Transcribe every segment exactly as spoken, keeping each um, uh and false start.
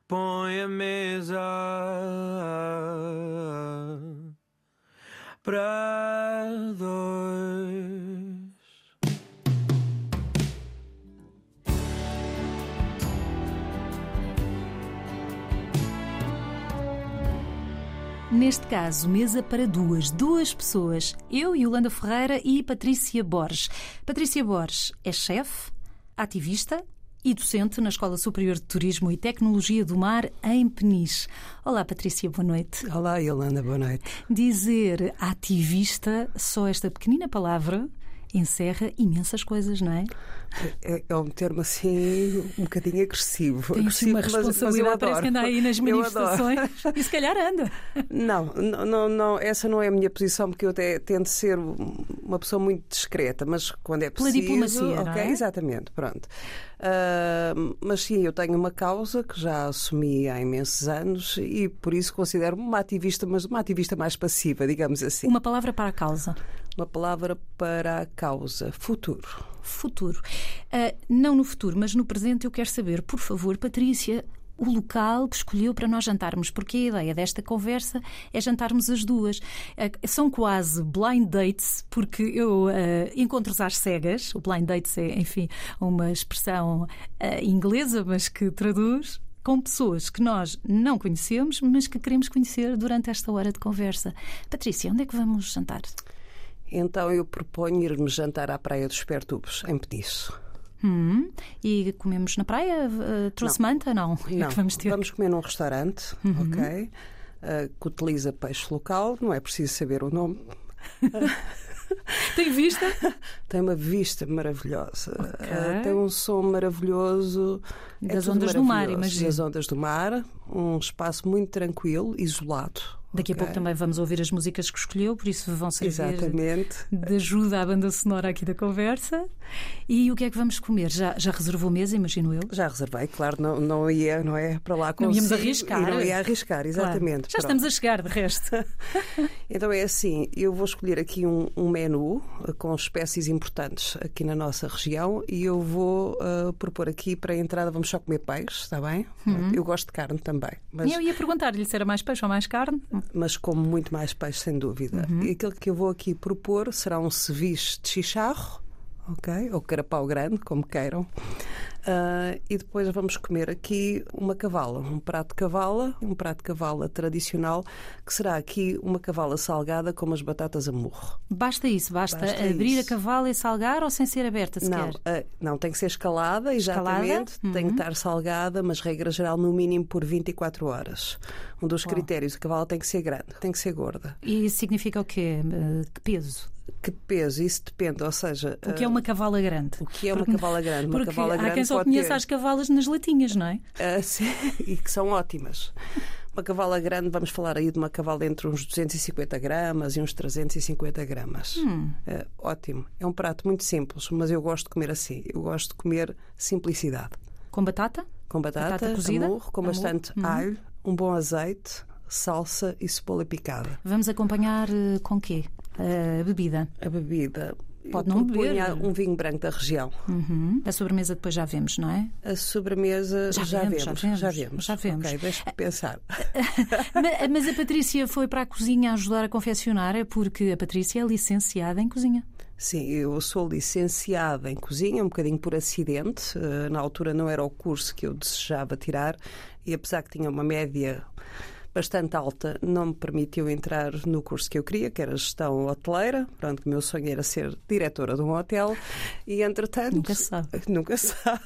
põe a mesa para dois. Neste caso, mesa para duas, duas pessoas, eu, Yolanda Ferreira e Patrícia Borges. Patrícia Borges é chefe, ativista e docente na Escola Superior de Turismo e Tecnologia do Mar em Peniche. Olá, Patrícia, boa noite. Olá, Yolanda, boa noite. Dizer ativista, só esta pequenina palavra encerra imensas coisas, não é? É, é um termo assim um bocadinho agressivo. Tem agressivo, uma responsabilidade, mas, mas parece que anda aí nas manifestações e se calhar anda. Não, não, não, essa não é a minha posição, porque eu até tento ser uma pessoa muito discreta, mas quando é preciso... Pela diplomacia, okay, não é? Exatamente, pronto. Uh, mas sim, eu tenho uma causa que já assumi há imensos anos e por isso considero-me uma ativista, mas uma ativista mais passiva, digamos assim. Uma palavra para a causa. Uma palavra para a causa. Futuro. Futuro. Uh, não no futuro, mas no presente eu quero saber, por favor, Patrícia, o local que escolheu para nós jantarmos, porque a ideia desta conversa é jantarmos as duas. Uh, são quase blind dates, porque eu uh, encontros às cegas. O blind dates é, enfim, uma expressão uh, inglesa, mas que traduz com pessoas que nós não conhecemos, mas que queremos conhecer durante esta hora de conversa. Patrícia, onde é que vamos jantar? Então eu proponho ir-me jantar à Praia dos Pertubos, em Peniche. Hum, e comemos na praia? Uh, trouxe não. manta? Não. Não. É que vamos, ter? Vamos comer num restaurante, uhum. ok? Uh, que utiliza peixe local, não é preciso saber o nome. Tem vista? Tem uma vista maravilhosa. Okay. Uh, tem um som maravilhoso. Das é ondas do mar, imagino. Das ondas do mar. Um espaço muito tranquilo, isolado. Daqui okay. a pouco também vamos ouvir as músicas que escolheu, por isso vão servir Exatamente. de ajuda à banda sonora aqui da conversa. E o que é que vamos comer? Já, já reservou mesa, imagino eu? Já reservei, claro, não, não ia não é, para lá consigo. Não íamos arriscar. E não ia arriscar, exatamente. Claro. Já estamos a chegar, de resto. Então é assim, eu vou escolher aqui um, um menu com espécies importantes aqui na nossa região e eu vou uh, propor aqui para a entrada, vamos só comer peixe, está bem? Uhum. Eu gosto de carne também. Mas... Eu ia perguntar-lhe se era mais peixe ou mais carne. Mas como muito mais peixe, sem dúvida. Uhum. E aquilo que eu vou aqui propor será um ceviche de chicharro, ok? Ou carapau grande, como queiram. Uh, e depois vamos comer aqui uma cavala, um prato de cavala, um prato de cavala tradicional, que será aqui uma cavala salgada com umas batatas a murro. Basta isso? Basta, Basta abrir isso. a cavala e salgar ou sem ser aberta sequer? Não, uh, não, tem que ser escalada, exatamente. Escalada? Tem Uhum. que estar salgada, mas regra geral no mínimo por vinte e quatro horas. Um dos oh. critérios, a cavala tem que ser grande, tem que ser gorda. E isso significa o quê? Que peso? Que peso? Isso depende, ou seja... O que é uma cavala grande? O que é porque, uma cavala grande? Uma porque cavala grande há quem só conheça ter... as cavalas nas latinhas, não é? Uh, sim, e que são ótimas. Uma cavala grande, vamos falar aí de uma cavala entre uns duzentos e cinquenta gramas e uns trezentos e cinquenta gramas. Hum. Uh, ótimo. É um prato muito simples, mas eu gosto de comer assim. Eu gosto de comer simplicidade. Com batata? Com batata, batata cozida? Amor, com amor. bastante Uhum. alho, um bom azeite, salsa e cebola picada. Vamos acompanhar uh, com quê? A uh, bebida? A bebida... Pode não beber. Um vinho branco da região. Uhum. A sobremesa depois já vemos, não é? A sobremesa já, já, vemos, vemos, já vemos. Já vemos. Já vemos. Ok, deixa-me pensar. Mas a Patrícia foi para a cozinha ajudar a confeccionar, é porque a Patrícia é licenciada em cozinha. Sim, eu sou licenciada em cozinha, um bocadinho por acidente. Na altura não era o curso que eu desejava tirar e apesar que tinha uma média bastante alta, não me permitiu entrar no curso que eu queria, que era gestão hoteleira. Pronto, o meu sonho era ser diretora de um hotel e, entretanto... Nunca se sabe. Nunca se sabe.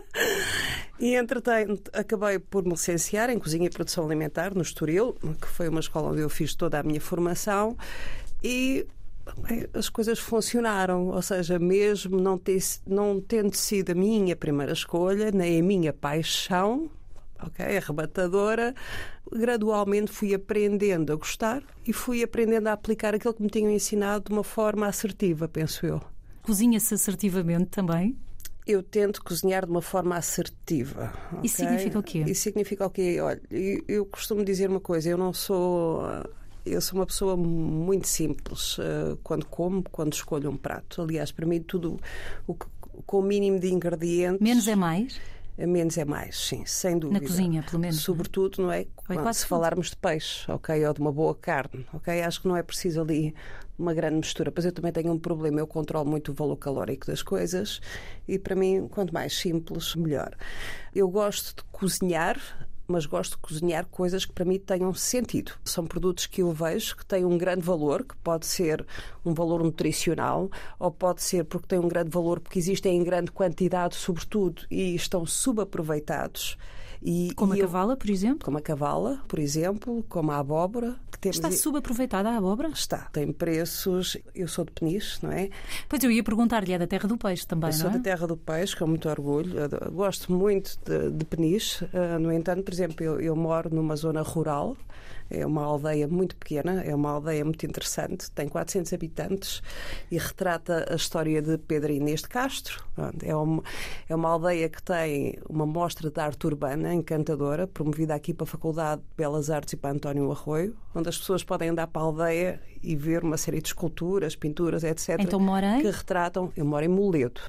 E, entretanto, acabei por me licenciar em Cozinha e Produção Alimentar no Estoril, que foi uma escola onde eu fiz toda a minha formação e... as coisas funcionaram, ou seja, mesmo não, ter, não tendo sido a minha primeira escolha, nem a minha paixão, ok, arrebatadora, gradualmente fui aprendendo a gostar e fui aprendendo a aplicar aquilo que me tinham ensinado de uma forma assertiva, penso eu. Cozinha-se assertivamente também? Eu tento cozinhar de uma forma assertiva. Isso okay? significa o quê? Isso significa o quê? Olha, eu, eu costumo dizer uma coisa, eu não sou... Eu sou uma pessoa muito simples uh, quando como, quando escolho um prato. Aliás, para mim, tudo o que, com o mínimo de ingredientes... Menos é mais? Menos é mais, sim, sem dúvida. Na cozinha, pelo menos. Sobretudo, não é? Quando, quase se tudo. falarmos de peixe, ok, ou de uma boa carne, ok? Acho que não é preciso ali uma grande mistura. Pois eu também tenho um problema, eu controlo muito o valor calórico das coisas e para mim, quanto mais simples, melhor. Eu gosto de cozinhar, mas gosto de cozinhar coisas que para mim tenham sentido. São produtos que eu vejo que têm um grande valor, que pode ser um valor nutricional, ou pode ser porque têm um grande valor porque existem em grande quantidade, sobretudo, e estão subaproveitados. E, como e a eu, cavala, por exemplo? Como a cavala, por exemplo, como a abóbora. Que temos... Está subaproveitada a abóbora? Está. Tem preços... Eu sou de Peniche, não é? Pois eu ia perguntar-lhe, é da terra do peixe também, eu não é? Eu sou da terra do peixe, com muito orgulho. Eu gosto muito de, de Peniche. Uh, no entanto, por exemplo, eu, eu moro numa zona rural. É uma aldeia muito pequena, é uma aldeia muito interessante, tem quatrocentos habitantes e retrata a história de Pedro Inês de Castro. É uma, é uma aldeia que tem uma mostra de arte urbana encantadora, promovida aqui para a Faculdade de Belas Artes e para António Arroio, onde as pessoas podem andar para a aldeia e ver uma série de esculturas, pinturas, etcétera. Então mora em? Que retratam... Eu moro em Moledo.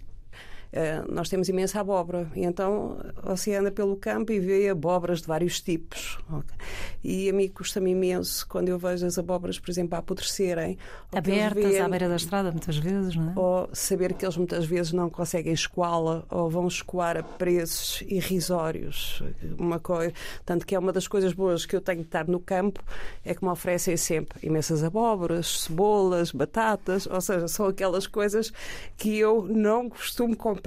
Uh, nós temos imensa abóbora e então você anda pelo campo e vê abóboras de vários tipos, okay? E a mim custa-me imenso quando eu vejo as abóboras, por exemplo, a apodrecerem abertas vêem, à beira da estrada muitas vezes, não é? Ou saber que eles muitas vezes não conseguem escoá-la ou vão escoar a preços irrisórios, uma coisa, tanto que é uma das coisas boas que eu tenho de estar no campo, é que me oferecem sempre imensas abóboras, cebolas, batatas, ou seja, são aquelas coisas que eu não costumo comprar.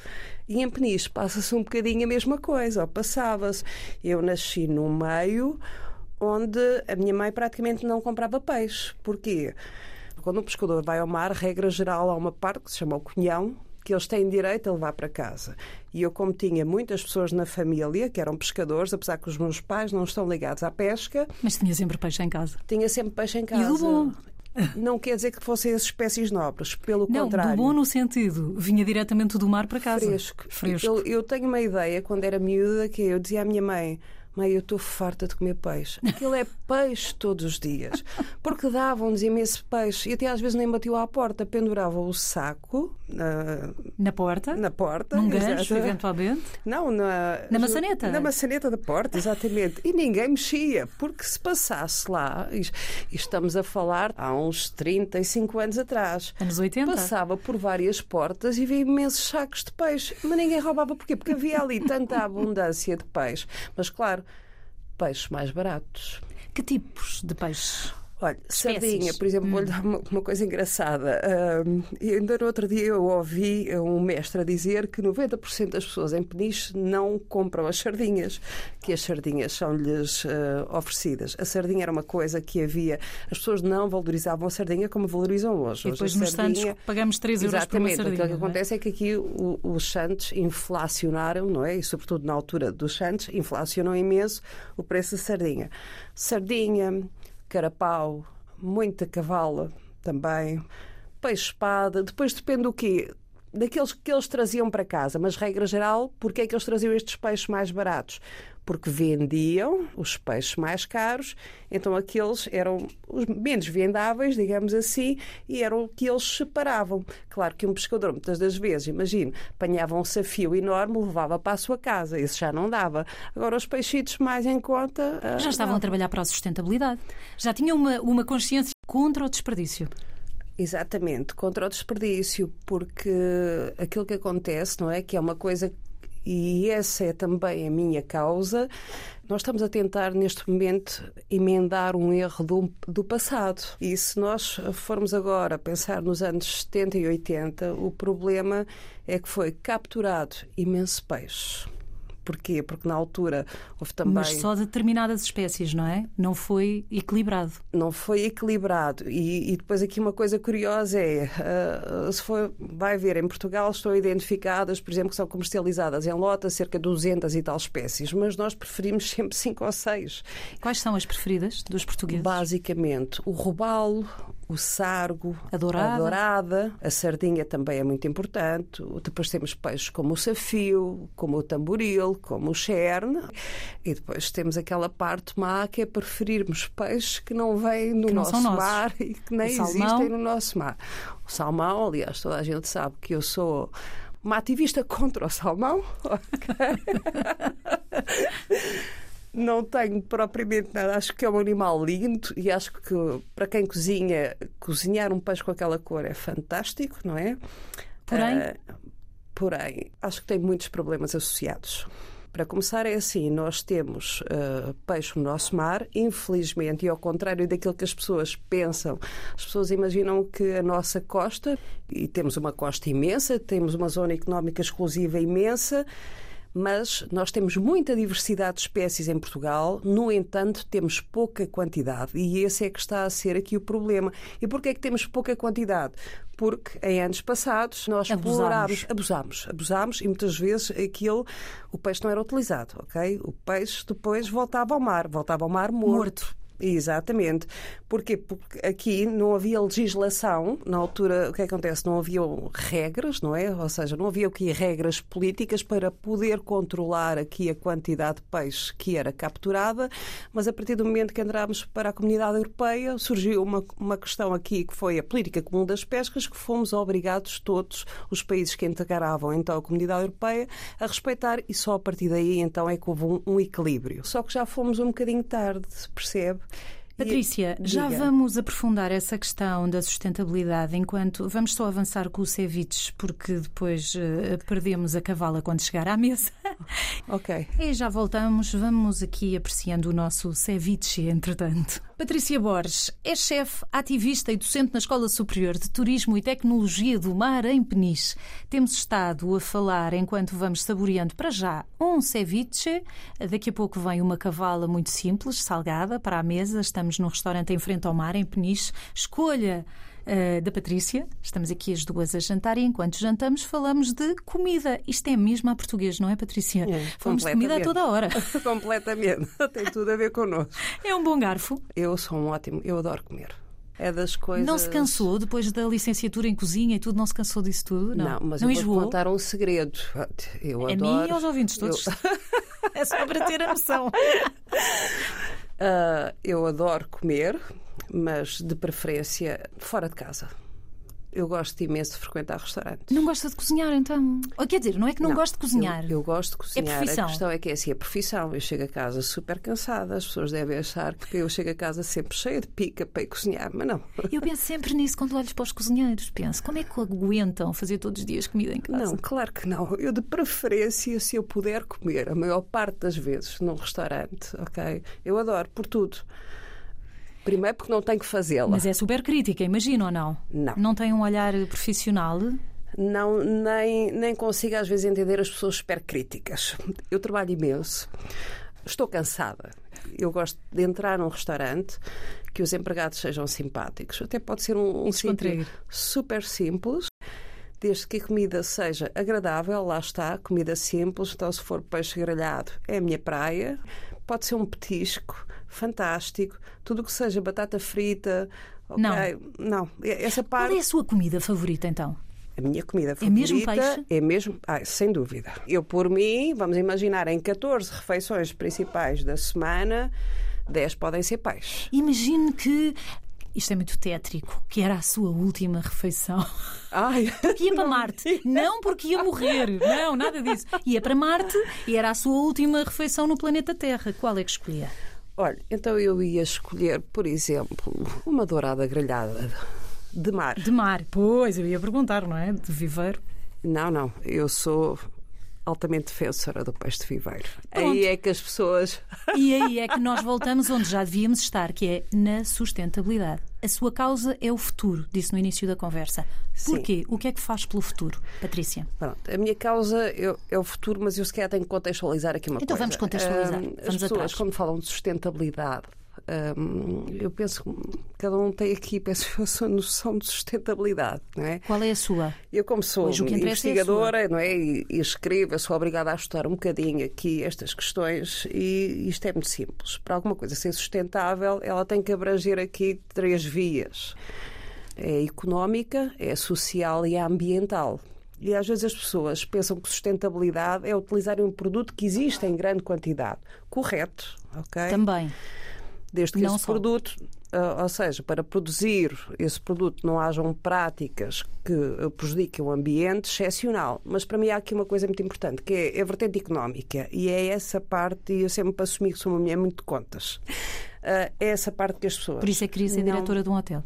E em Peniche passa-se um bocadinho a mesma coisa, ou passava-se. Eu nasci num meio onde a minha mãe praticamente não comprava peixe. Porquê? Quando um pescador vai ao mar, regra geral, há uma parte que se chama o cunhão, que eles têm direito a levar para casa. E eu, como tinha muitas pessoas na família que eram pescadores, apesar que os meus pais não estão ligados à pesca... Mas tinha sempre peixe em casa. Tinha sempre peixe em casa. E do bom? Não quer dizer que fossem as espécies nobres, pelo não, contrário. Não, do bom no sentido, vinha diretamente do mar para casa. Fresco. Fresco. Eu, eu tenho uma ideia, quando era miúda, que eu dizia à minha mãe: mãe, eu estou farta de comer peixe. Aquilo é peixe todos os dias. Porque davam-nos imenso peixe. E até às vezes nem batiam à porta. Penduravam o saco na, na porta? Na porta. Num gancho, exato. Eventualmente? Não, na... Na maçaneta? Na maçaneta da porta, exatamente. E ninguém mexia. Porque se passasse lá, e estamos a falar há uns trinta e cinco anos atrás. Anos oitenta? Passava por várias portas e via imensos sacos de peixe. Mas ninguém roubava. Porquê? Porque havia ali tanta abundância de peixe. Mas claro, peixes mais baratos. Que tipos de peixes? Olha, Espécies. Sardinha, por exemplo, hum. vou-lhe dar uma, uma coisa engraçada. Uh, ainda no outro dia eu ouvi um mestre a dizer que noventa por cento das pessoas em Peniche não compram as sardinhas, que as sardinhas são-lhes uh, oferecidas. A sardinha era uma coisa que havia... As pessoas não valorizavam a sardinha como valorizam hoje. E depois hoje nos sardinha... Santos pagamos três euros por uma sardinha. Exatamente. O que é? acontece é que aqui o, os Santos inflacionaram, não é? E sobretudo na altura dos Santos, inflacionam imenso o preço da sardinha. Sardinha... carapau, muita cavala também, peixe-espada, depois depende do quê? Daqueles que eles traziam para casa, mas regra geral, porque é que eles traziam estes peixes mais baratos? Porque vendiam os peixes mais caros, então aqueles eram os menos vendáveis, digamos assim, e eram o que eles separavam. Claro que um pescador, muitas das vezes, imagino, apanhava um safio enorme, levava para a sua casa, esse já não dava. Agora os peixitos mais em conta... Já estavam não. a trabalhar para a sustentabilidade. Já tinham uma, uma consciência contra o desperdício. Exatamente, contra o desperdício, porque aquilo que acontece, não é, que é uma coisa... E essa é também a minha causa. Nós estamos a tentar, neste momento, emendar um erro do, do passado. E se nós formos agora pensar nos anos setenta e oitenta, o problema é que foi capturado imenso peixe. Porquê? Porque na altura houve também... Mas só determinadas espécies, não é? Não foi equilibrado. Não foi equilibrado. E, e depois aqui uma coisa curiosa é, uh, se for, vai ver, em Portugal estão identificadas, por exemplo, que são comercializadas em lota cerca de duzentas e tal espécies, mas nós preferimos sempre cinco ou seis. Quais são as preferidas dos portugueses? Basicamente, o robalo, o sargo, a dourada. a dourada, a sardinha também é muito importante. Depois temos peixes como o safio, como o tamboril, como o cherne. E depois temos aquela parte má que é preferirmos peixes que não vêm no que não nosso mar e que nem existem no nosso mar. O salmão, aliás, toda a gente sabe que eu sou uma ativista contra o salmão. Okay. Não tenho propriamente nada. Acho que é um animal lindo e acho que para quem cozinha, cozinhar um peixe com aquela cor é fantástico, não é? Porém, uh, porém acho que tem muitos problemas associados. Para começar, é assim, nós temos uh, peixe no nosso mar, infelizmente, e ao contrário daquilo que as pessoas pensam, as pessoas imaginam que a nossa costa, e temos uma costa imensa, temos uma zona económica exclusiva imensa, mas nós temos muita diversidade de espécies em Portugal, no entanto, temos pouca quantidade. E esse é que está a ser aqui o problema. E porquê é que temos pouca quantidade? Porque em anos passados nós explorámos, abusámos, abusámos e muitas vezes aquilo, o peixe não era utilizado, ok? O peixe depois voltava ao mar, voltava ao mar morto. morto. Exatamente. Porquê? Porque aqui não havia legislação, na altura o que acontece? Não havia regras, não é? Ou seja, não havia aqui regras políticas para poder controlar aqui a quantidade de peixe que era capturada, mas a partir do momento que entrámos para a Comunidade Europeia surgiu uma, uma questão aqui que foi a política comum das pescas, que fomos obrigados todos os países que integravam então a Comunidade Europeia a respeitar e só a partir daí então é que houve um, um equilíbrio. Só que já fomos um bocadinho tarde, se percebe? Patrícia, e, já diga. vamos aprofundar essa questão da sustentabilidade enquanto vamos só avançar com o ceviche, porque depois uh, perdemos a cavala quando chegar à mesa. Ok. E já voltamos, vamos aqui apreciando o nosso ceviche, entretanto. Patrícia Borges é chefe, ativista e docente na Escola Superior de Turismo e Tecnologia do Mar, em Peniche. Temos estado a falar, enquanto vamos saboreando para já um ceviche. Daqui a pouco vem uma cavala muito simples, salgada, para a mesa. Estamos num restaurante em frente ao mar, em Peniche. Escolha uh, da Patrícia. Estamos aqui as duas a jantar e enquanto jantamos falamos de comida. Isto é mesmo a português, não é, Patrícia? É, falamos de comida a toda a hora. Completamente. Tem tudo a ver connosco. É um bom garfo. Eu sou um ótimo, eu adoro comer. É das coisas... Não se cansou, depois da licenciatura em cozinha e tudo, não se cansou disso tudo? Não, não mas não eu enjoou? vou contar um segredo. Eu a adoro... mim e aos ouvintes todos. Eu... É só para ter a noção. Uh, eu adoro comer, mas de preferência fora de casa. Eu gosto imenso de frequentar restaurantes. Não gosta de cozinhar, então? Ou, quer dizer, não é que não, não gosta de cozinhar. Eu, eu gosto de cozinhar. É profissão. A questão é que é assim, a profissão. Eu chego a casa super cansada. As pessoas devem achar que eu chego a casa sempre cheia de pica para ir cozinhar, mas não. Eu penso sempre nisso quando olho para os cozinheiros. Penso, como é que aguentam fazer todos os dias comida em casa? Não, claro que não. Eu, de preferência, se eu puder comer, a maior parte das vezes, num restaurante, ok? Eu adoro, por tudo. Primeiro porque não tenho que fazê-la. Mas é super crítica, imagino ou não? Não. Não tem um olhar profissional? Não, nem, nem consigo às vezes entender as pessoas super críticas. Eu trabalho imenso, estou cansada. Eu gosto de entrar num restaurante, que os empregados sejam simpáticos. Até pode ser um, um sítio super simples, desde que a comida seja agradável, lá está, comida simples. Então, se for peixe grelhado, é a minha praia. Pode ser um petisco fantástico, tudo o que seja batata frita. Okay. Não. Não, essa parte... Qual é a sua comida favorita, então? A minha comida favorita é mesmo peixe? É mesmo, ah, sem dúvida. Eu, por mim, vamos imaginar, em catorze refeições principais da semana, dez podem ser peixe. Imagine que... Isto é muito tétrico, que era a sua última refeição. Ai, porque ia para Marte. Não porque ia morrer. Não, nada disso. Ia para Marte e era a sua última refeição no planeta Terra. Qual é que escolhia? Olha, então eu ia escolher, por exemplo, uma dourada grelhada de mar. De mar, pois, eu ia perguntar, não é? De viveiro. Não, não, eu sou altamente defensora do peixe de viveiro. Pronto. Aí é que as pessoas... E aí é que nós voltamos onde já devíamos estar, que é na sustentabilidade. A sua causa é o futuro, disse no início da conversa. Porquê? Sim. O que é que faz pelo futuro, Patrícia? Pronto, a minha causa é, é o futuro, mas eu sequer tenho que contextualizar aqui uma então, coisa. Então vamos contextualizar. Um, vamos as pessoas, atrás. quando falam de sustentabilidade, um, eu penso que cada um tem aqui, penso eu, a sua noção de sustentabilidade, não é? Qual é a sua? Eu, como sou investigadora, é não é? E, e escrevo, eu sou obrigada a estudar um bocadinho aqui estas questões e isto é muito simples. Para alguma coisa ser sustentável, ela tem que abranger aqui três vias. É a económica, é a social e a ambiental. E às vezes as pessoas pensam que sustentabilidade é utilizar um produto que existe em grande quantidade. Correto, ok? Também. desde que Não esse só. produto, uh, ou seja, para produzir esse produto não hajam práticas que uh, prejudiquem o ambiente, excepcional. Mas para mim há aqui uma coisa muito importante, que é a vertente económica. E é essa parte, e eu sempre assumi que sou uma mulher muito de contas. Uh, é essa parte que as pessoas... Por isso é que queria ser não... diretora de um hotel.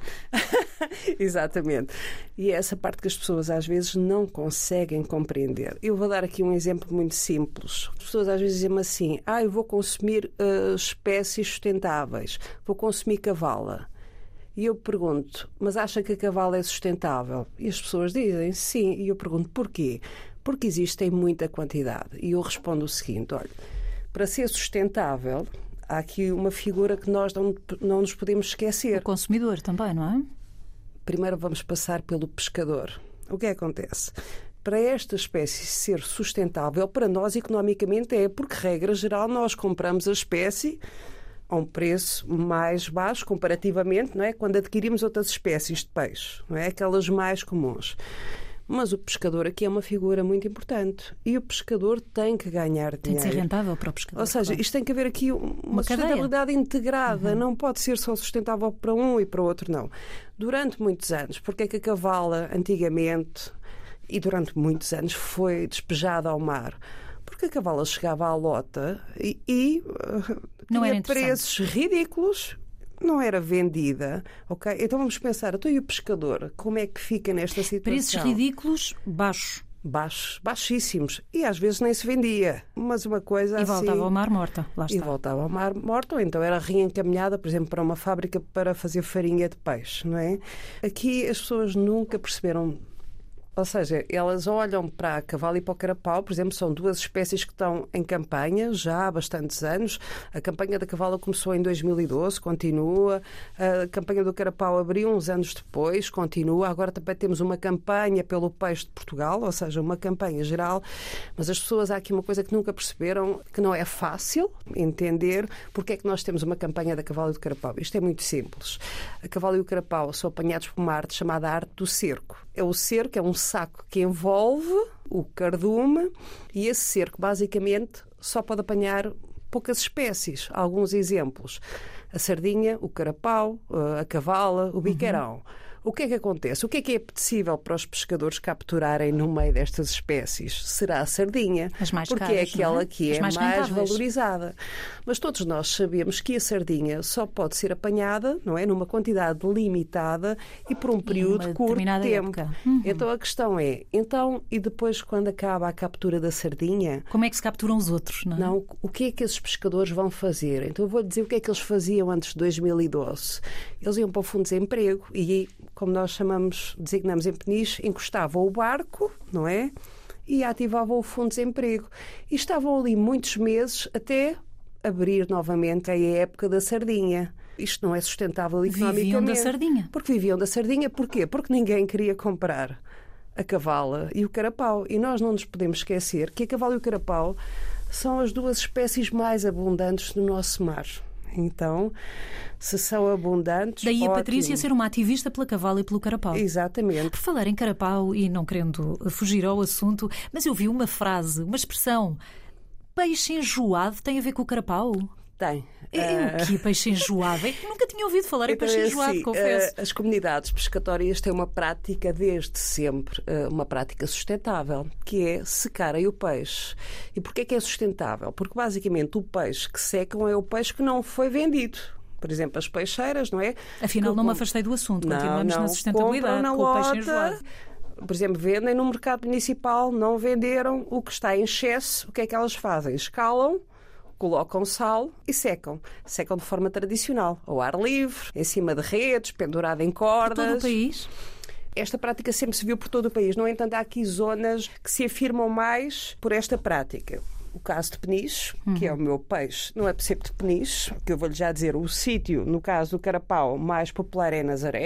Exatamente. E é essa parte que as pessoas às vezes não conseguem compreender. Eu vou dar aqui um exemplo muito simples. As pessoas às vezes dizem-me assim: ah, eu vou consumir uh, espécies sustentáveis, vou consumir cavala. E eu pergunto: mas acha que a cavala é sustentável? E as pessoas dizem sim. E eu pergunto: porquê? Porque existe em muita quantidade. E eu respondo o seguinte: olha, para ser sustentável, há aqui uma figura que nós não, não nos podemos esquecer. O consumidor também, não é? Primeiro vamos passar pelo pescador. O que acontece? Para esta espécie ser sustentável, para nós economicamente é, porque regra geral nós compramos a espécie a um preço mais baixo comparativamente, não é? Quando adquirimos outras espécies de peixe, não é? Aquelas mais comuns. Mas o pescador aqui é uma figura muito importante e o pescador tem que ganhar dinheiro. Tem de ser rentável para o pescador. Ou seja, claro. Isto tem que haver aqui uma, Uma sustentabilidade integrada. Uhum. Não pode ser só sustentável para um e para o outro, não. Durante muitos anos, porque é que a cavala antigamente e durante muitos anos foi despejada ao mar? Porque a cavala chegava à lota e, e uh, não tinha era preços ridículos. Não era vendida, ok? Então vamos pensar, então e o pescador? Como é que fica nesta situação? Preços ridículos, baixos. Baixos, baixíssimos. E às vezes nem se vendia. Mas uma coisa e assim... E voltava ao mar morta, lá está. E voltava ao mar morta, ou então era reencaminhada, por exemplo, para uma fábrica para fazer farinha de peixe, não é? Aqui as pessoas nunca perceberam... Ou seja, elas olham para a cavala e para o carapau, por exemplo, são duas espécies que estão em campanha já há bastantes anos. A campanha da cavala começou em dois mil e doze, continua. A campanha do carapau abriu uns anos depois, continua. Agora também temos uma campanha pelo peixe de Portugal, ou seja, uma campanha geral. Mas as pessoas, há aqui uma coisa que nunca perceberam, que não é fácil entender porque é que nós temos uma campanha da cavala e do carapau. Isto é muito simples. A cavala e o carapau são apanhados por uma arte chamada arte do cerco. É o cerco, é um saco que envolve o cardume e esse cerco basicamente só pode apanhar poucas espécies. Alguns exemplos: a sardinha, o carapau, a cavala, o biqueirão. Uhum. O que é que acontece? O que é que é apetecível para os pescadores capturarem no meio destas espécies? Será a sardinha, as mais porque caras, é aquela é? que as é mais, mais valorizada. Mas todos nós sabemos que a sardinha só pode ser apanhada, não é, numa quantidade limitada e por um período curto de tempo. Uhum. Então a questão é, então e depois quando acaba a captura da sardinha, como é que se capturam os outros, não é? Não, o que é que esses pescadores vão fazer? Então eu vou-lhe dizer o que é que eles faziam antes de dois mil e doze. Eles iam para o Fundo de Desemprego e, como nós chamamos, designamos em Peniche, encostavam o barco, não é? E ativavam o Fundo de Desemprego. E estavam ali muitos meses até abrir novamente a época da sardinha. Isto não é sustentável economicamente. Viviam da sardinha. Porque viviam da sardinha. Porquê? Porque ninguém queria comprar a cavala e o carapau. E nós não nos podemos esquecer que a cavala e o carapau são as duas espécies mais abundantes no nosso mar. Então, se são abundantes... Daí a ótimo. Patrícia ser uma ativista pela cavala e pelo carapau. Exatamente. Por falar em carapau, e não querendo fugir ao assunto, mas eu vi uma frase, uma expressão: peixe enjoado tem a ver com o carapau? Tem. É o que peixe enjoado? É que nunca tinha ouvido falar em então, peixe é enjoado, assim, confesso. As comunidades pescatórias têm uma prática desde sempre, uma prática sustentável, que é secarem o peixe. E porquê é que é sustentável? Porque basicamente o peixe que secam é o peixe que não foi vendido. Por exemplo, as peixeiras, não é? Afinal, que, não me afastei do assunto. Não, continuamos não, na sustentabilidade na com lota, o peixe enjoado. Por exemplo, vendem no mercado municipal, não venderam o que está em excesso. O que é que elas fazem? Escalam, colocam sal e secam. Secam de forma tradicional, ao ar livre, em cima de redes, pendurado em cordas. Por todo o país? Esta prática sempre se viu por todo o país. No entanto, há aqui zonas que se afirmam mais por esta prática. O caso de Peniche, uhum. que é o meu peixe, não é sempre de Peniche, que eu vou-lhe já dizer, o sítio, no caso do carapau, mais popular é Nazaré.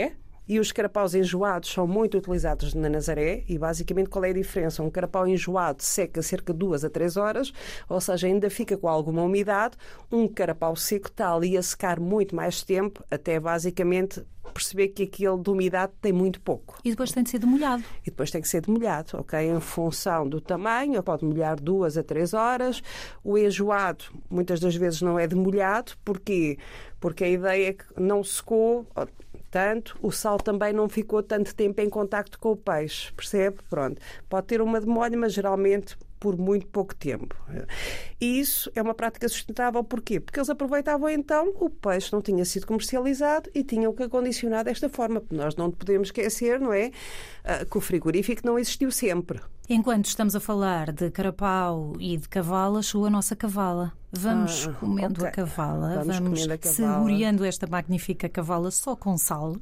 E os carapaus enjoados são muito utilizados na Nazaré e basicamente qual é a diferença? Um carapau enjoado seca cerca de duas a três horas, ou seja, ainda fica com alguma umidade. Um carapau seco está ali a secar muito mais tempo, até basicamente perceber que aquele de umidade tem muito pouco. E depois tem de ser demolhado. E depois tem que ser demolhado, ok? Em função do tamanho, pode molhar duas a três horas. O enjoado muitas das vezes não é demolhado. Porquê? Porque a ideia é que não secou tanto, o sal também não ficou tanto tempo em contacto com o peixe, percebe? Pronto. Pode ter uma demolha, mas geralmente por muito pouco tempo. E isso é uma prática sustentável. Porquê? Porque eles aproveitavam então o peixe não tinha sido comercializado e tinham que acondicionar desta forma. Nós não podemos esquecer, não é? Que o frigorífico não existiu sempre. Enquanto estamos a falar de carapau e de cavala, chegou a nossa cavala. Vamos ah, comendo okay. a cavala, vamos, vamos a cavala. saboreando esta magnífica cavala só com sal. Uh,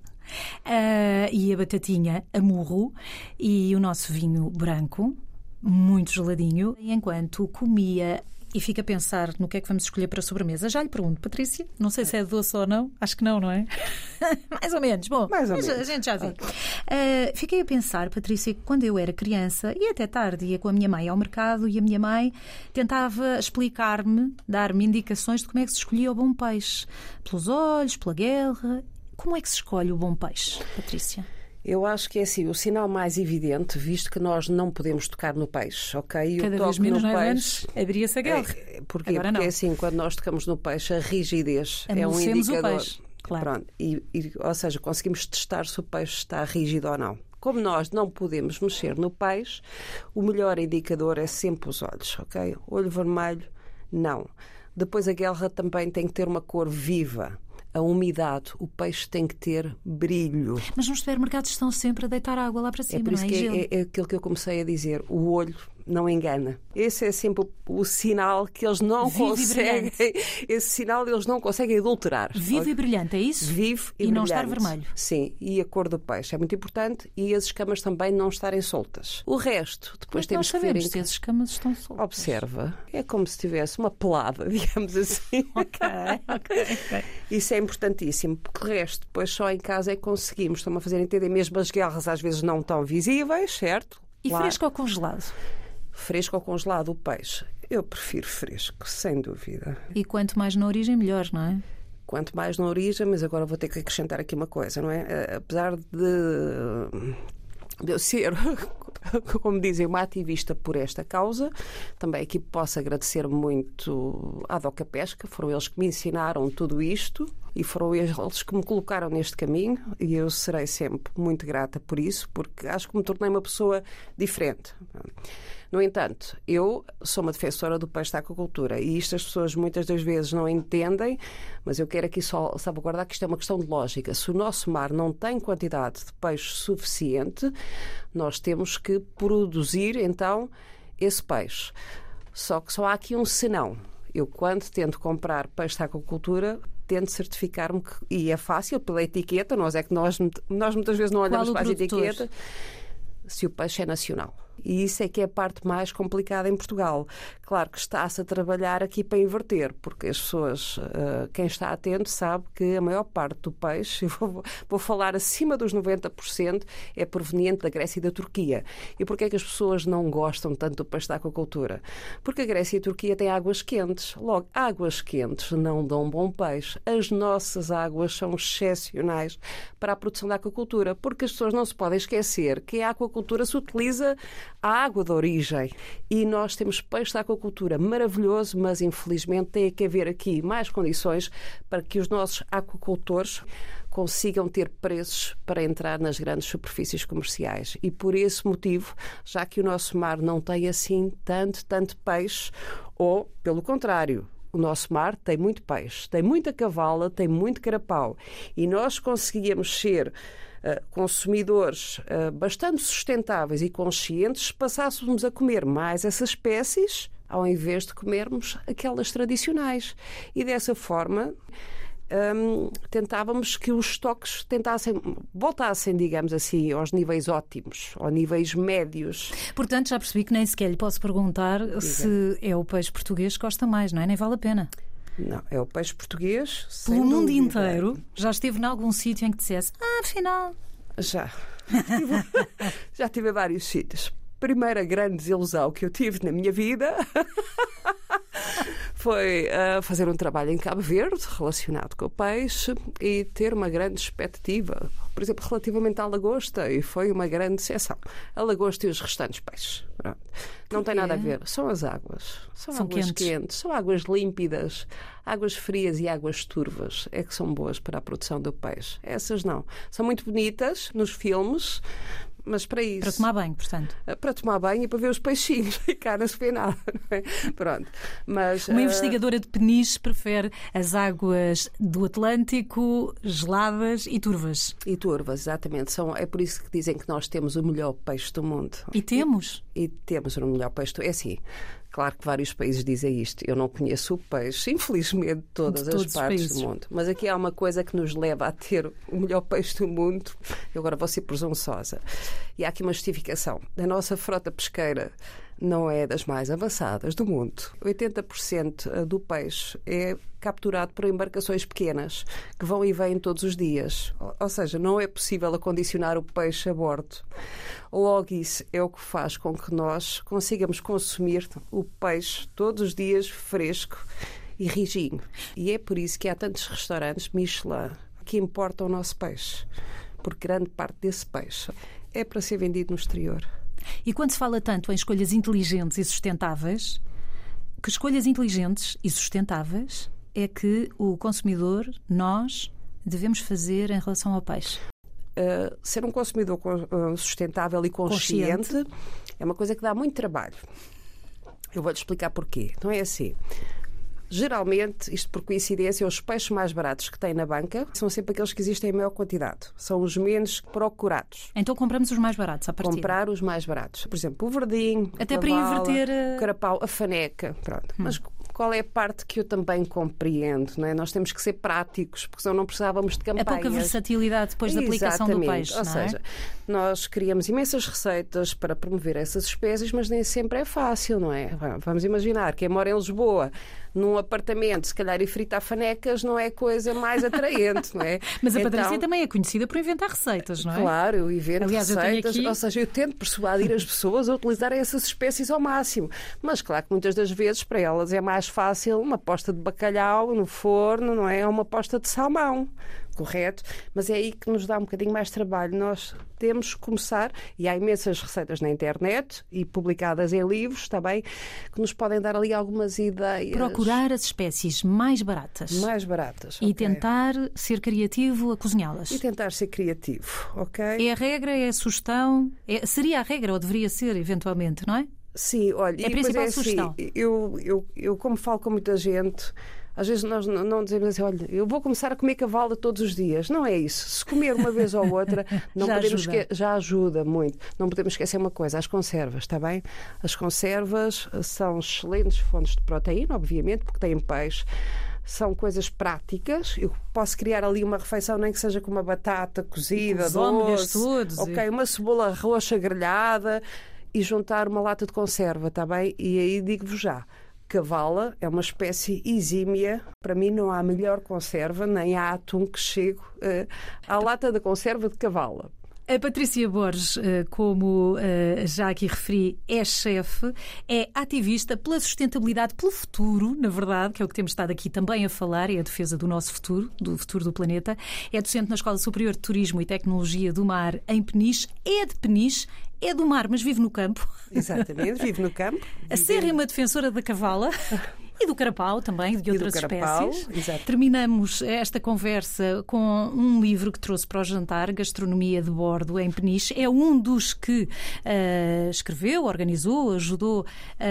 e a batatinha a murro e o nosso vinho branco, muito geladinho. E enquanto comia e fica a pensar no que é que vamos escolher para a sobremesa, já lhe pergunto, Patrícia, não sei se é doce ou não, acho que não, não é? Mais ou menos, bom, Mais ou mas menos. a gente já viu. Uh, fiquei a pensar, Patrícia, que quando eu era criança, e até tarde, ia com a minha mãe ao mercado e a minha mãe tentava explicar-me, dar-me indicações de como é que se escolhia o bom peixe. Pelos olhos, pela guerra. Como é que se escolhe o bom peixe, Patrícia? Eu acho que é assim, o sinal mais evidente, visto que nós não podemos tocar no peixe, ok? Cada o vez toque menos, no não é? peixe, Antes abria-se a guerra. É, porquê? Agora Porque não. é assim, quando nós tocamos no peixe, a rigidez é um Amolecemos o indicador. peixe, claro. Pronto, e, e, ou seja, conseguimos testar se o peixe está rígido ou não. Como nós não podemos mexer no peixe, o melhor indicador é sempre os olhos, ok? Olho vermelho, não. Depois a guelra também tem que ter uma cor viva. A umidade, o peixe tem que ter brilho. Mas nos supermercados estão sempre a deitar água lá para cima, É por isso não é? que Gelo. é, é aquilo que eu comecei a dizer. O olho não engana. Esse é sempre o, o sinal que eles não Vivo conseguem. Esse sinal eles não conseguem adulterar. Vivo Ok? e brilhante, é isso? Vivo e, E não brilhante. estar vermelho. Sim, e a cor do peixe é muito importante e as escamas também não estarem soltas. O resto, depois Mas temos nós que ver sabemos em se as escamas estão soltas. Observa, é como se tivesse uma pelada, digamos assim. Ok, ok, ok. Isso é importantíssimo, porque o resto, depois só em casa é que conseguimos. Estão-me a fazer entender, mesmo as guerras às vezes não tão visíveis, certo? E Lá, fresco ou congelado? fresco ou congelado o peixe? Eu prefiro fresco, sem dúvida. E quanto mais na origem, melhor, não é? Quanto mais na origem, mas agora vou ter que acrescentar aqui uma coisa, não é? Apesar de, de eu ser, como dizem, uma ativista por esta causa, também aqui posso agradecer muito à Doca Pesca, foram eles que me ensinaram tudo isto e foram eles que me colocaram neste caminho e eu serei sempre muito grata por isso, porque acho que me tornei uma pessoa diferente. No entanto, eu sou uma defensora do peixe da aquacultura e isto as pessoas muitas das vezes não entendem, mas eu quero aqui só salvaguardar que isto é uma questão de lógica. Se o nosso mar não tem quantidade de peixe suficiente, nós temos que produzir então esse peixe. Só que só há aqui um senão. Eu, quando tento comprar peixe da aquacultura, tento certificar-me, que, e é fácil, pela etiqueta, nós é que nós, nós muitas vezes não olhamos Qual o para as produtor? etiquetas, se o peixe é nacional. E isso é que é a parte mais complicada em Portugal. Claro que está-se a trabalhar aqui para inverter, porque as pessoas, uh, quem está atento sabe que a maior parte do peixe, eu vou, vou falar acima dos noventa por cento, é proveniente da Grécia e da Turquia. E porquê é que as pessoas não gostam tanto do peixe da aquacultura? Porque a Grécia e a Turquia têm águas quentes. Logo, águas quentes não dão bom peixe. As nossas águas são excepcionais para a produção da aquacultura, porque as pessoas não se podem esquecer que a aquacultura se utiliza a água da origem. E nós temos peixe da aquacultura maravilhoso, mas infelizmente tem que haver aqui mais condições para que os nossos aquacultores consigam ter preços para entrar nas grandes superfícies comerciais. E por esse motivo, já que o nosso mar não tem assim tanto, tanto peixe, ou pelo contrário, o nosso mar tem muito peixe, tem muita cavala, tem muito carapau. E nós conseguíamos ser Uh, consumidores uh, bastante sustentáveis e conscientes se passássemos a comer mais essas espécies ao invés de comermos aquelas tradicionais. E dessa forma um, tentávamos que os estoques tentassem, voltassem, digamos assim, aos níveis ótimos, aos níveis médios. Portanto, já percebi que nem sequer lhe posso perguntar Diga. se é o peixe português que gosta mais, não é? Nem vale a pena. Não, é o peixe português. Pelo mundo dúvida. inteiro, já esteve em algum sítio em que dissesse, ah, afinal, Já. Tive- Já tive a vários sítios. Primeira grande desilusão que eu tive na minha vida foi uh, fazer um trabalho em Cabo Verde relacionado com o peixe e ter uma grande expectativa, por exemplo, relativamente à lagosta, e foi uma grande decepção. A lagosta e os restantes peixes. Pronto. Não tem nada a ver. São as águas. São, São águas quentes. quentes, são águas límpidas, águas frias e águas turvas é que são boas para a produção do peixe. Essas não. São muito bonitas nos filmes, mas para isso... Para tomar banho, portanto. Para tomar banho e para ver os peixinhos e cá não se vê nada. Não é? Pronto. Mas, Uma uh, investigadora de Peniche prefere as águas do Atlântico geladas e turvas. E turvas, exatamente. São, é por isso que dizem que nós temos o melhor peixe do mundo. E temos. E, e temos o melhor peixe do... É assim, claro que vários países dizem isto. Eu não conheço o peixe, infelizmente, de todas De as todos os partes países. do mundo. Mas aqui há uma coisa que nos leva a ter o melhor peixe do mundo. Eu agora vou ser presunçosa. E há aqui uma justificação. A nossa frota pesqueira não é das mais avançadas do mundo. oitenta por cento do peixe é capturado por embarcações pequenas que vão e vêm todos os dias. Ou seja, não é possível acondicionar o peixe a bordo. Logo, isso é o que faz com que nós consigamos consumir o peixe todos os dias fresco e rijinho. E é por isso que há tantos restaurantes Michelin que importam o nosso peixe, porque grande parte desse peixe é para ser vendido no exterior. E quando se fala tanto em escolhas inteligentes e sustentáveis, que escolhas inteligentes e sustentáveis é que o consumidor, nós, devemos fazer em relação ao peixe? Uh, ser um consumidor uh, sustentável e consciente, consciente é uma coisa que dá muito trabalho. Eu vou-te explicar porquê. Não é assim. Geralmente, isto por coincidência, os peixes mais baratos que tem na banca são sempre aqueles que existem em maior quantidade. São os menos procurados. Então compramos os mais baratos à partida. Comprar os mais baratos. Por exemplo, o verdinho, até a para vala, inverter a... o carapau, a faneca. Pronto. Hum. Mas qual é a parte que eu também compreendo? Não é? Nós temos que ser práticos, porque senão não precisávamos de campanhas. É pouca versatilidade depois da aplicação do peixe. Ou não seja, é? nós criamos imensas receitas para promover essas espécies, mas nem sempre é fácil, não é? Vamos imaginar, quem mora em Lisboa, num apartamento, se calhar e fritar fanecas não é coisa mais atraente, não é? Mas a então, Patrícia também é conhecida por inventar receitas, não é? Claro, eu invento Aliás, receitas, eu aqui... ou seja, eu tento persuadir as pessoas a utilizarem essas espécies ao máximo. Mas claro que muitas das vezes para elas é mais fácil uma posta de bacalhau no forno, não é? Ou uma posta de salmão. Correto? Mas é aí que nos dá um bocadinho mais trabalho. Nós temos que começar, e há imensas receitas na internet e publicadas em livros também, que nos podem dar ali algumas ideias. Procurar as espécies mais baratas. Mais baratas. E okay. tentar ser criativo a cozinhá-las. E tentar ser criativo, ok? É a regra, é a sugestão? É... Seria a regra ou deveria ser, eventualmente, não é? Sim, olha, é a e principal é assim, sugestão. Eu, eu, eu, como falo com muita gente... Às vezes nós não dizemos assim, olha, eu vou começar a comer cavalo todos os dias. Não é isso. Se comer uma vez ou outra, não já, podemos ajuda. Esque... já ajuda muito. Não podemos esquecer uma coisa, as conservas, está bem? As conservas são excelentes fontes de proteína, obviamente, porque têm peixe. São coisas práticas. Eu posso criar ali uma refeição, nem que seja com uma batata cozida, os ômegas doce, todos. ok, uma cebola roxa grelhada e juntar uma lata de conserva, está bem? E aí digo-vos já, cavala é uma espécie exímia. Para mim não há melhor conserva, nem há atum que chegue uh, à lata da conserva de cavala. A Patrícia Borges, como já aqui referi, é chefe, é ativista pela sustentabilidade, pelo futuro, na verdade, que é o que temos estado aqui também a falar, é a defesa do nosso futuro, do futuro do planeta. É docente na Escola Superior de Turismo e Tecnologia do Mar, em Peniche. É de Peniche, é do mar, mas vive no campo. Exatamente, vive no campo. Acérrima defensora da cavala. E do carapau também, de outras carapau, espécies. Exato. Terminamos esta conversa com um livro que trouxe para o jantar, Gastronomia de Bordo em Peniche. É um dos que uh, escreveu, organizou, ajudou uh,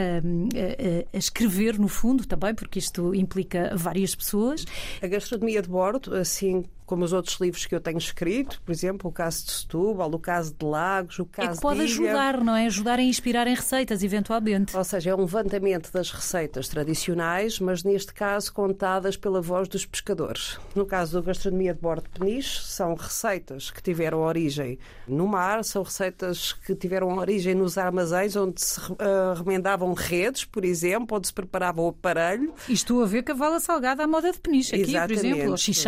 uh, a escrever, no fundo, também, porque isto implica várias pessoas. A Gastronomia de Bordo, assim como os outros livros que eu tenho escrito, por exemplo, o caso de Setúbal, o caso de Lagos, o caso é que pode de Ilha. ajudar, não é? Ajudar a inspirar em receitas, eventualmente. Ou seja, é um levantamento das receitas tradicionais, mas neste caso contadas pela voz dos pescadores. No caso da Gastronomia de Bordo de Peniche, são receitas que tiveram origem no mar, são receitas que tiveram origem nos armazéns onde se uh, remendavam redes, por exemplo, onde se preparava o aparelho. E estou a ver cavala salgada à moda de Peniche, aqui, Exatamente. Por exemplo, o chicharro.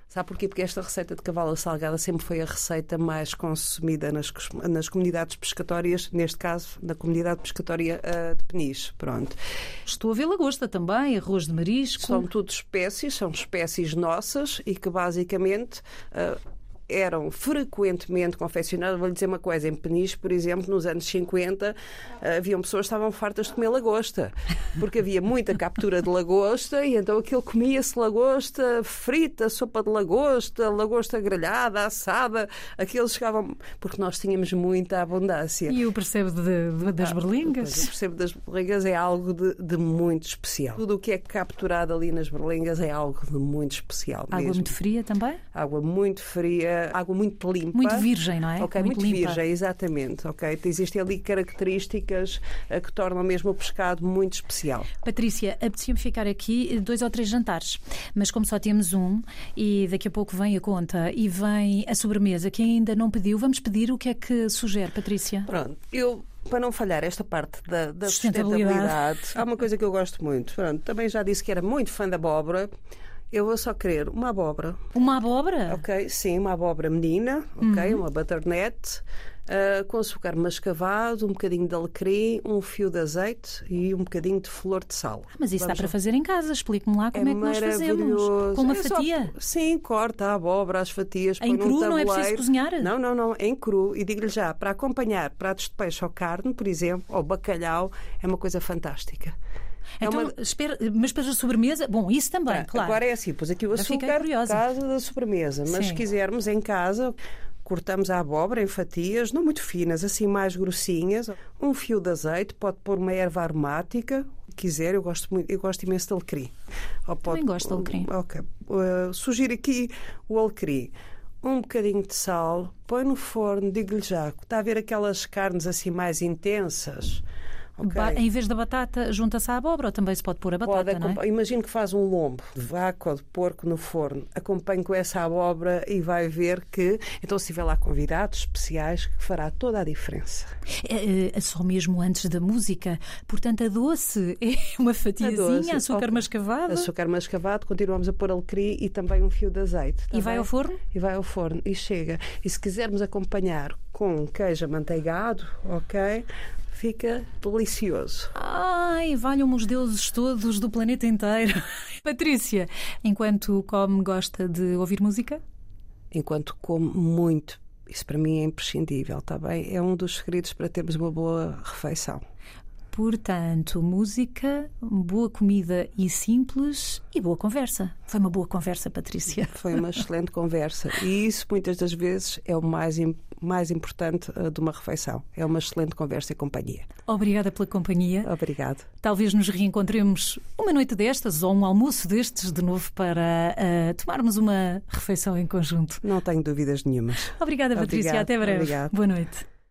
Sabe porquê? Porque esta receita de cavala salgada sempre foi a receita mais consumida nas, nas comunidades pescatórias, neste caso, na comunidade pescatória uh, de Peniche. Pronto. Estou a ver lagosta também, arroz de marisco. São tudo espécies, são espécies nossas e que basicamente... Uh, eram frequentemente confeccionadas. Vou-lhe dizer uma coisa, em Peniche, por exemplo, nos anos cinquenta, haviam pessoas que estavam fartas de comer lagosta, porque havia muita captura de lagosta e então aquilo comia-se lagosta frita, sopa de lagosta, lagosta grelhada, assada, aqueles chegavam... Porque nós tínhamos muita abundância. E eu percebo de, de, das berlingas? Ah, eu percebo das berlingas é algo de, de muito especial. Tudo o que é capturado ali nas berlingas é algo de muito especial Água mesmo. muito fria também? Água muito fria, água muito limpa. Muito virgem, não é? Ok, muito, muito limpa. virgem, exatamente. Okay? Existem ali características uh, que tornam mesmo o pescado muito especial. Patrícia, apetecia-me ficar aqui dois ou três jantares, mas como só temos um e daqui a pouco vem a conta e vem a sobremesa que ainda não pediu, vamos pedir. O que é que sugere, Patrícia? Pronto, eu... Para não falhar esta parte da, da sustentabilidade. sustentabilidade, há uma coisa que eu gosto muito. Pronto, também já disse que era muito fã da abóbora. Eu vou só querer uma abóbora. Uma abóbora? Ok, sim, uma abóbora menina, ok, uhum. Uma butternut, uh, com açúcar mascavado, um bocadinho de alecrim, um fio de azeite e um bocadinho de flor de sal. Mas isso Vamos dá para lá. fazer em casa. Explique-me lá como é, é que nós fazemos. Com uma é fatia? Só, sim, corta a abóbora, as fatias. Em cru não é preciso cozinhar? Não, não, não, em cru. E digo-lhe já, para acompanhar pratos de peixe ou carne, por exemplo, ou bacalhau, é uma coisa fantástica. Então, é uma... espera, mas para a sobremesa, bom, isso também, ah, claro. Agora é assim, pois aqui o açúcar por causa da sobremesa, mas Sim. se quisermos em casa, cortamos a abóbora em fatias, não muito finas, assim mais grossinhas, um fio de azeite, pode pôr uma erva aromática, se quiser, eu gosto, muito, eu gosto imenso de alecrim. Ou pode... Também gosto de alecrim. Ok, uh, sugiro aqui o alecrim. Um bocadinho de sal, põe no forno, digo-lhe já, está a ver aquelas carnes assim mais intensas? Okay. Em vez da batata, junta-se à abóbora ou também se pode pôr a batata, pode, não é? Imagino que faz um lombo de vaca ou de porco no forno. Acompanhe com essa abóbora e vai ver que, então se tiver lá convidados especiais, que fará toda a diferença. É, é só mesmo antes da música. Portanto, a doce é uma fatiazinha, doce, açúcar okay. mascavado. Açúcar mascavado, continuamos a pôr alecrim e também um fio de azeite. Tá e vai bem? ao forno? E vai ao forno e chega. E se quisermos acompanhar com queijo amanteigado, ok? Fica delicioso. Ai, valham-me os deuses todos do planeta inteiro. Patrícia, enquanto come, gosta de ouvir música? Enquanto como, muito. Isso para mim é imprescindível, está bem? É um dos segredos para termos uma boa refeição. Portanto, música, boa comida e simples e boa conversa. Foi uma boa conversa, Patrícia. Foi uma excelente conversa. E isso, muitas das vezes, é o mais, mais importante uh, de uma refeição. É uma excelente conversa e companhia. Obrigada pela companhia. Obrigado. Talvez nos reencontremos uma noite destas ou um almoço destes de novo para uh, tomarmos uma refeição em conjunto. Não tenho dúvidas nenhumas. Obrigada, Patrícia. Obrigado. Até breve. Obrigado. Boa noite.